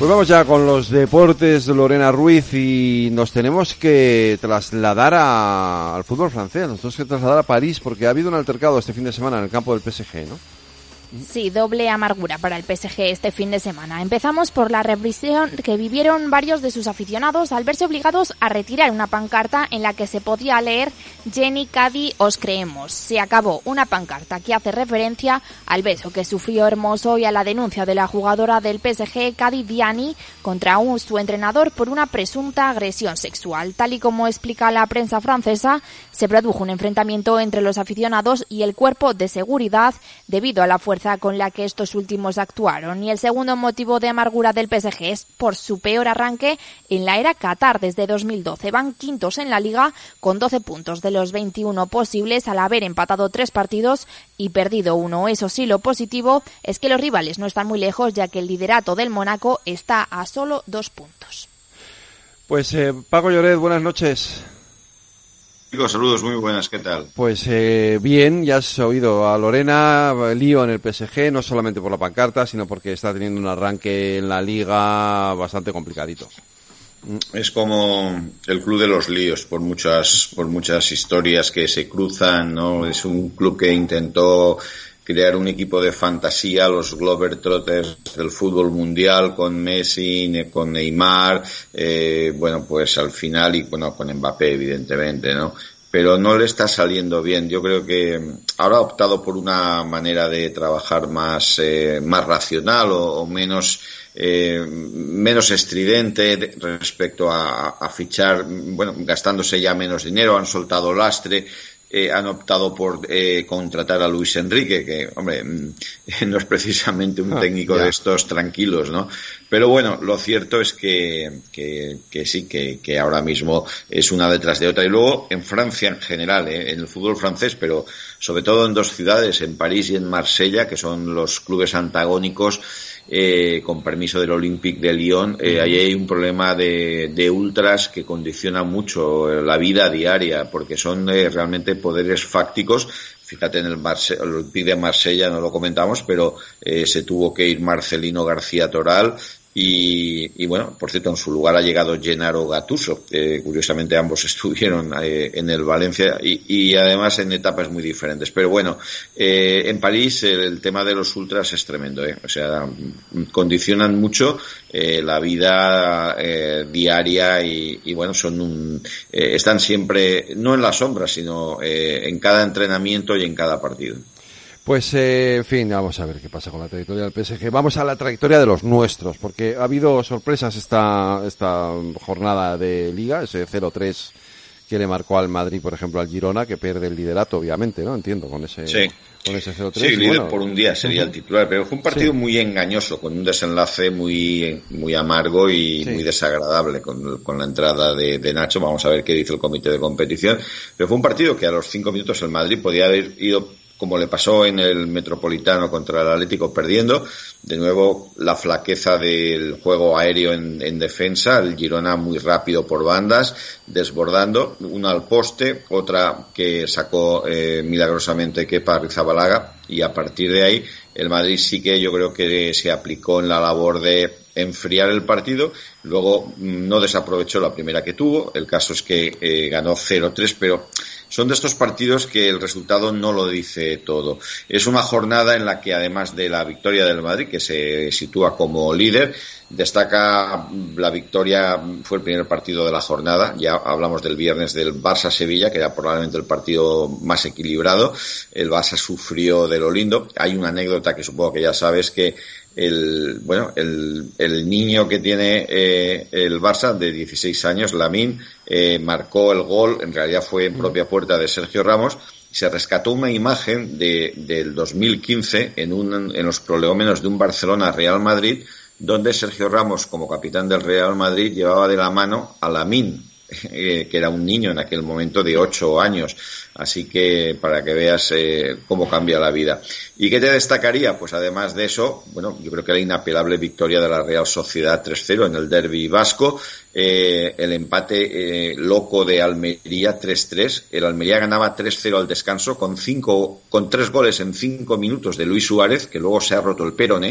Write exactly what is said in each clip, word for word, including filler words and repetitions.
Pues vamos ya con los deportes, Lorena Ruiz, y nos tenemos que trasladar a, al fútbol francés, nos tenemos que trasladar a París porque ha habido un altercado este fin de semana en el campo del P S G, ¿no? Sí, doble amargura para el P S G este fin de semana. Empezamos por la represión que vivieron varios de sus aficionados al verse obligados a retirar una pancarta en la que se podía leer Jenny Caddy, os creemos. Se acabó, una pancarta que hace referencia al beso que sufrió Hermoso y a la denuncia de la jugadora del P S G, Caddy Diani, contra un, su entrenador por una presunta agresión sexual. Tal y como explica la prensa francesa, se produjo un enfrentamiento entre los aficionados y el cuerpo de seguridad debido a la fuerza con la que estos últimos actuaron. Y el segundo motivo de amargura del P S G es por su peor arranque en la era Qatar desde dos mil doce. Van quintos en la Liga con doce puntos de los veintiuno posibles al haber empatado tres partidos y perdido uno. Eso sí, lo positivo es que los rivales no están muy lejos, ya que el liderato del Mónaco está a solo dos puntos. Pues eh, Paco Lloret, buenas noches. Chicos, saludos, muy buenas, ¿qué tal? Pues eh, bien, ya has oído a Lorena, lío en el P S G, no solamente por la pancarta, sino porque está teniendo un arranque en la Liga bastante complicadito. Es como el club de los líos, por muchas, por muchas historias que se cruzan, ¿no? Es un club que intentó crear un equipo de fantasía, los Globetrotters del fútbol mundial, con Messi, con Neymar, eh, bueno, pues al final, y bueno, con Mbappé, evidentemente, ¿no? Pero no le está saliendo bien. Yo creo que ahora ha optado por una manera de trabajar más, eh, más racional o, o menos, eh, menos estridente de, respecto a, a fichar, bueno, gastándose ya menos dinero, han soltado lastre. Eh, han optado por eh, contratar a Luis Enrique, que, hombre, no es precisamente un técnico ah, de estos tranquilos, ¿no? Pero bueno, lo cierto es que, que, que sí, que, que ahora mismo es una detrás de otra. Y luego, en Francia en general, ¿eh? En el fútbol francés, pero sobre todo en dos ciudades, en París y en Marsella, que son los clubes antagónicos, Eh, con permiso del Olympique de Lyon, eh, ahí hay un problema de, de ultras que condiciona mucho la vida diaria, porque son eh, realmente poderes fácticos. Fíjate, en el, Marse- el Olympique de Marsella no lo comentamos, pero eh, se tuvo que ir Marcelino García Toral. Y, y bueno, por cierto, en su lugar ha llegado Gennaro Gattuso. Eh, curiosamente ambos estuvieron eh, en el Valencia y, y además en etapas muy diferentes. Pero bueno, eh, en París el, el tema de los ultras es tremendo, ¿eh? O sea, condicionan mucho eh, la vida eh, diaria y, y bueno, son un, eh, están siempre, no en la sombra, sino eh, en cada entrenamiento y en cada partido. Pues, eh, en fin, vamos a ver qué pasa con la trayectoria del P S G. Vamos a la trayectoria de los nuestros, porque ha habido sorpresas esta esta jornada de Liga, ese cero tres que le marcó al Madrid, por ejemplo, al Girona, que pierde el liderato, obviamente, ¿no? Entiendo, con ese, sí. con ese cero tres. Sí, líder bueno, por un día sería uh-huh. el titular, pero fue un partido sí. muy engañoso, con un desenlace muy muy amargo y sí. muy desagradable con, con la entrada de, de Nacho. Vamos a ver qué dice el comité de competición. Pero fue un partido que a los cinco minutos el Madrid podía haber ido, como le pasó en el Metropolitano contra el Atlético, perdiendo. De nuevo, la flaqueza del juego aéreo en, en defensa, el Girona muy rápido por bandas, desbordando, una al poste, otra que sacó eh, milagrosamente Kepa Arrizabalaga, y a partir de ahí el Madrid sí que yo creo que se aplicó en la labor de enfriar el partido. Luego no desaprovechó la primera que tuvo. El caso es que eh, ganó cero tres, pero son de estos partidos que el resultado no lo dice todo. Es una jornada en la que, además de la victoria del Madrid, que se sitúa como líder, destaca la victoria, fue el primer partido de la jornada. Ya hablamos del viernes del Barça-Sevilla, que era probablemente el partido más equilibrado. El Barça sufrió de lo lindo. Hay una anécdota que supongo que ya sabes, que el bueno el el niño que tiene eh, el Barça de dieciséis años, Lamine, eh, marcó el gol, en realidad fue en propia puerta de Sergio Ramos. Se rescató una imagen de del dos mil quince en un en los prolegómenos de un Barcelona-Real Madrid, donde Sergio Ramos, como capitán del Real Madrid, llevaba de la mano a Lamine, eh, que era un niño en aquel momento de ocho años. Así que para que veas eh, cómo cambia la vida. ¿Y qué te destacaría? Pues además de eso, bueno, yo creo que la inapelable victoria de la Real Sociedad tres cero en el derbi vasco, eh, el empate eh, loco de Almería tres tres. El Almería ganaba tres cero al descanso con cinco, con tres goles en cinco minutos de Luis Suárez, que luego se ha roto el peroné,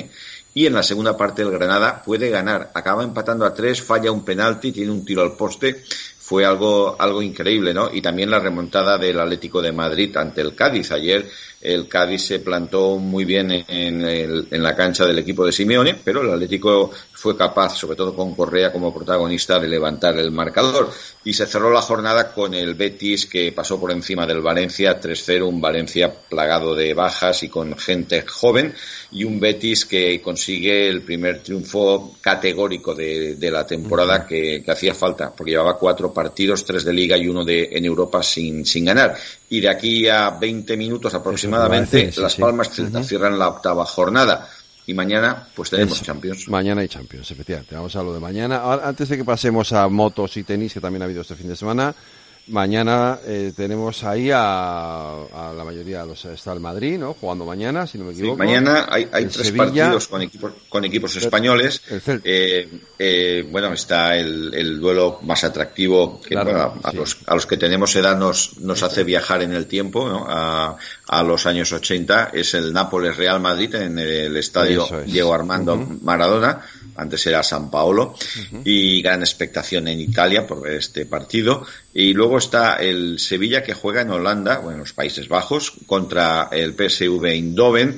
y en la segunda parte el Granada puede ganar, acaba empatando a tres, falla un penalti, tiene un tiro al poste. Fue algo algo increíble, ¿no? Y también la remontada del Atlético de Madrid ante el Cádiz. Ayer el Cádiz se plantó muy bien en, el, en la cancha del equipo de Simeone, pero el Atlético fue capaz, sobre todo con Correa como protagonista, de levantar el marcador. Y se cerró la jornada con el Betis, que pasó por encima del Valencia tres cero, un Valencia plagado de bajas y con gente joven, y un Betis que consigue el primer triunfo categórico de, de la temporada que, que hacía falta, porque llevaba cuatro partidos, tres de Liga y uno de en Europa sin, sin ganar. Y de aquí a veinte minutos aproximadamente, sí, Las Palmas sí. uh-huh. cierran la octava jornada. Y mañana, pues tenemos Eso. Champions. Mañana hay Champions, efectivamente. Vamos a lo de mañana. Ahora, antes de que pasemos a motos y tenis, que también ha habido este fin de semana, mañana eh, tenemos ahí a, a la mayoría de los... Está el Madrid, ¿no? Jugando mañana, si no me equivoco. Sí, mañana hay, hay tres Sevilla, partidos con equipos, con equipos españoles. El eh, eh, bueno, está el, el duelo más atractivo, que claro, bueno, a, sí. los, a los que tenemos edad nos, nos hace viajar en el tiempo, ¿no? A, a los años ochenta, es el Nápoles-Real Madrid en el estadio Diego Armando uh-huh. Maradona. Antes era San Paolo, uh-huh. y gran expectación en Italia por ver este partido. Y luego está el Sevilla, que juega en Holanda, bueno, en los Países Bajos, contra el P S V Eindhoven,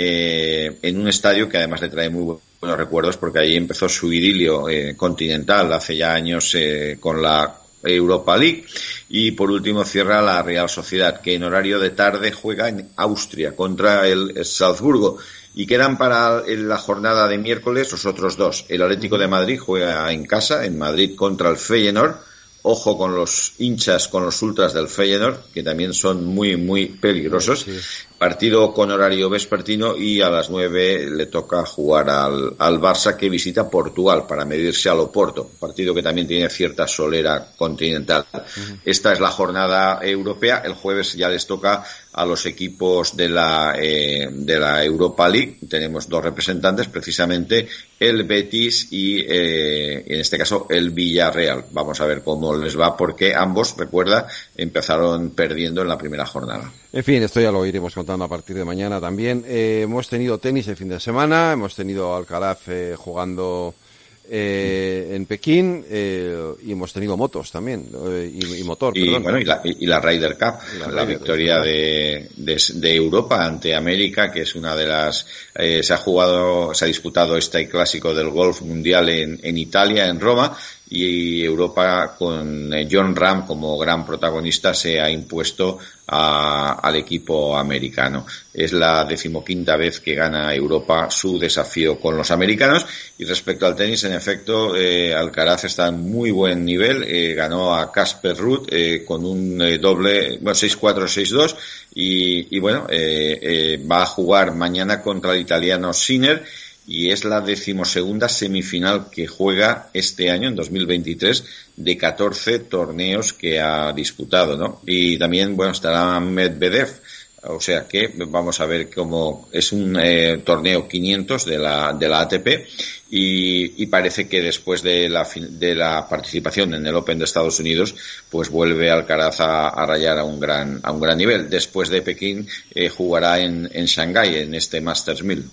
eh, en un estadio que además le trae muy buenos recuerdos, porque ahí empezó su idilio eh, continental hace ya años eh, con la Europa League. Y por último cierra la Real Sociedad, que en horario de tarde juega en Austria contra el Salzburgo. Y quedan para la jornada de miércoles los otros dos. El Atlético de Madrid juega en casa, en Madrid, contra el Feyenoord. Ojo con los hinchas, con los ultras del Feyenoord, que también son muy, muy peligrosos. Sí. Partido con horario vespertino, y a las nueve le toca jugar al, al Barça, que visita Portugal para medirse al Oporto. Partido que también tiene cierta solera continental. Uh-huh. Esta es la jornada europea. El jueves ya les toca a los equipos de la eh, de la Europa League. Tenemos dos representantes, precisamente el Betis y eh, en este caso el Villarreal. Vamos a ver cómo les va, porque ambos, recuerda, empezaron perdiendo en la primera jornada. En fin, esto ya lo iremos contando a partir de mañana también. Eh, hemos tenido tenis el fin de semana, hemos tenido Alcaraz eh, jugando eh, en Pekín, eh, y hemos tenido motos también, eh, y, y motor, y, perdón. Bueno, y la, y la Ryder Cup, la, la Ryder, victoria de, de, de Europa ante América, que es una de las... Eh, se ha jugado, se ha disputado este clásico del golf mundial en, en Italia, en Roma, y Europa con John Ram como gran protagonista se ha impuesto a, al equipo americano. Es la decimoquinta vez que gana Europa su desafío con los americanos. Y respecto al tenis, en efecto, eh, Alcaraz está en muy buen nivel, eh, ganó a Casper Ruud eh, con un eh, doble, bueno, seis cuatro, seis dos, y, y bueno, eh, eh, va a jugar mañana contra el italiano Sinner, y es la decimosegunda semifinal que juega este año, en dos mil veintitrés, de catorce torneos que ha disputado, ¿no? Y también, bueno, estará Medvedev, o sea que vamos a ver cómo es un eh, torneo quinientos de la de la A T P, y, y parece que después de la de la participación en el Open de Estados Unidos, pues vuelve Alcaraz a, a rayar a un gran a un gran nivel. Después de Pekín eh, jugará en en Shanghái, en este Masters mil.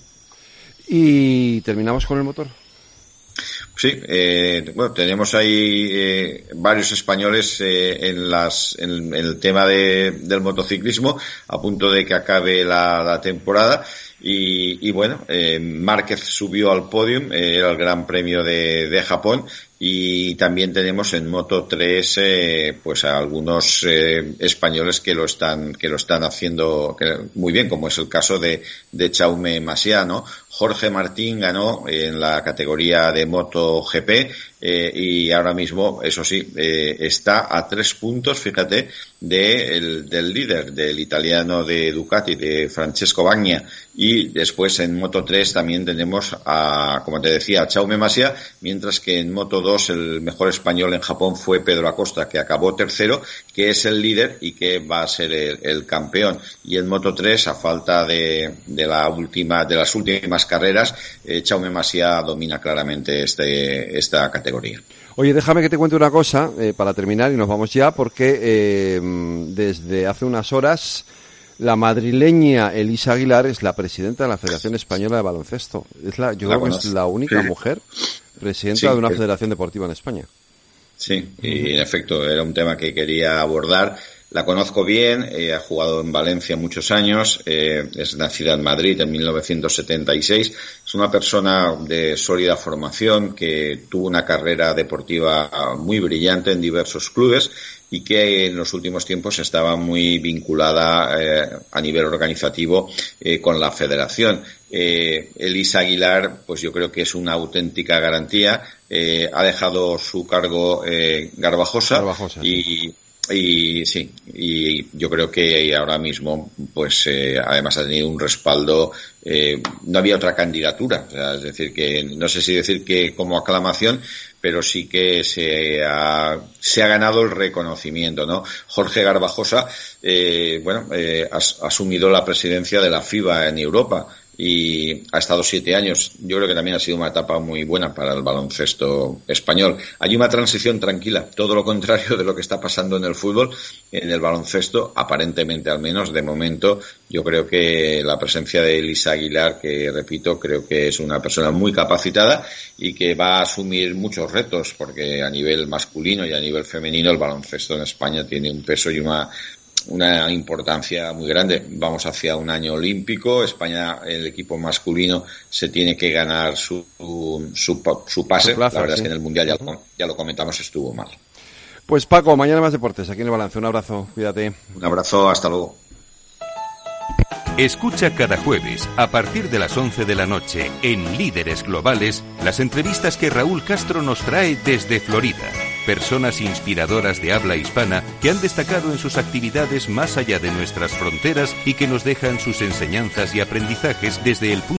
Y terminamos con el motor. Sí, eh, bueno, tenemos ahí eh, varios españoles eh, en las en, en el tema de, del motociclismo, a punto de que acabe la, la temporada. Y, y bueno, eh, Márquez subió al podium, eh, era el Gran Premio de, de Japón. Y también tenemos en Moto tres eh, pues a algunos eh, españoles que lo están que lo están haciendo que, muy bien, como es el caso de de Jaume Masia, ¿no? Jorge Martín ganó en la categoría de Moto G P, eh, y ahora mismo, eso sí, eh, está a tres puntos, fíjate, de el, del líder, del italiano de Ducati, de Francesco Bagnaia. Y después en Moto tres también tenemos a, como te decía, a Jaume Masia, mientras que en Moto dos el mejor español en Japón fue Pedro Acosta, que acabó tercero, que es el líder y que va a ser el, el campeón. Y en Moto tres, a falta de, de la última, de las últimas carreras, eh, Jaume Masia domina claramente este, esta categoría. Oye, déjame que te cuente una cosa, eh, para terminar, y nos vamos ya, porque eh, desde hace unas horas La madrileña Elisa Aguilar es la presidenta de la Federación Española de Baloncesto. Es la, yo la creo conozco. que es la única sí. mujer presidenta sí, de una que... federación deportiva en España. Sí, y en efecto era un tema que quería abordar. La conozco bien, eh, ha jugado en Valencia muchos años, eh, es nacida en Madrid en mil novecientos setenta y seis. Es una persona de sólida formación que tuvo una carrera deportiva muy brillante en diversos clubes y que en los últimos tiempos estaba muy vinculada eh, a nivel organizativo eh, con la federación. Eh, Elisa Aguilar, pues yo creo que es una auténtica garantía. Eh, ha dejado su cargo eh, Garbajosa, Garbajosa y sí. Y sí, y yo creo que ahora mismo, pues, eh, además ha tenido un respaldo, eh, no había otra candidatura, o sea, es decir, que no sé si decir que como aclamación, pero sí que se ha, se ha ganado el reconocimiento, ¿no? Jorge Garbajosa, eh, bueno, eh, ha, ha asumido la presidencia de la FIBA en Europa y ha estado siete años. Yo creo que también ha sido una etapa muy buena para el baloncesto español. Hay una transición tranquila, todo lo contrario de lo que está pasando en el fútbol, en el baloncesto, aparentemente al menos, de momento, yo creo que la presencia de Elisa Aguilar, que repito, creo que es una persona muy capacitada y que va a asumir muchos retos, porque a nivel masculino y a nivel femenino el baloncesto en España tiene un peso y una una importancia muy grande. Vamos hacia un año olímpico. España, el equipo masculino, se tiene que ganar su su, su pase. Su plaza, la verdad sí. Es que en el Mundial, ya lo, ya lo comentamos, estuvo mal. Pues Paco, mañana más deportes aquí en El Balance. Un abrazo, cuídate. Un abrazo, hasta luego. Escucha cada jueves, a partir de las once de la noche, en Líderes Globales, las entrevistas que Raúl Castro nos trae desde Florida. Personas inspiradoras de habla hispana que han destacado en sus actividades más allá de nuestras fronteras y que nos dejan sus enseñanzas y aprendizajes desde el punto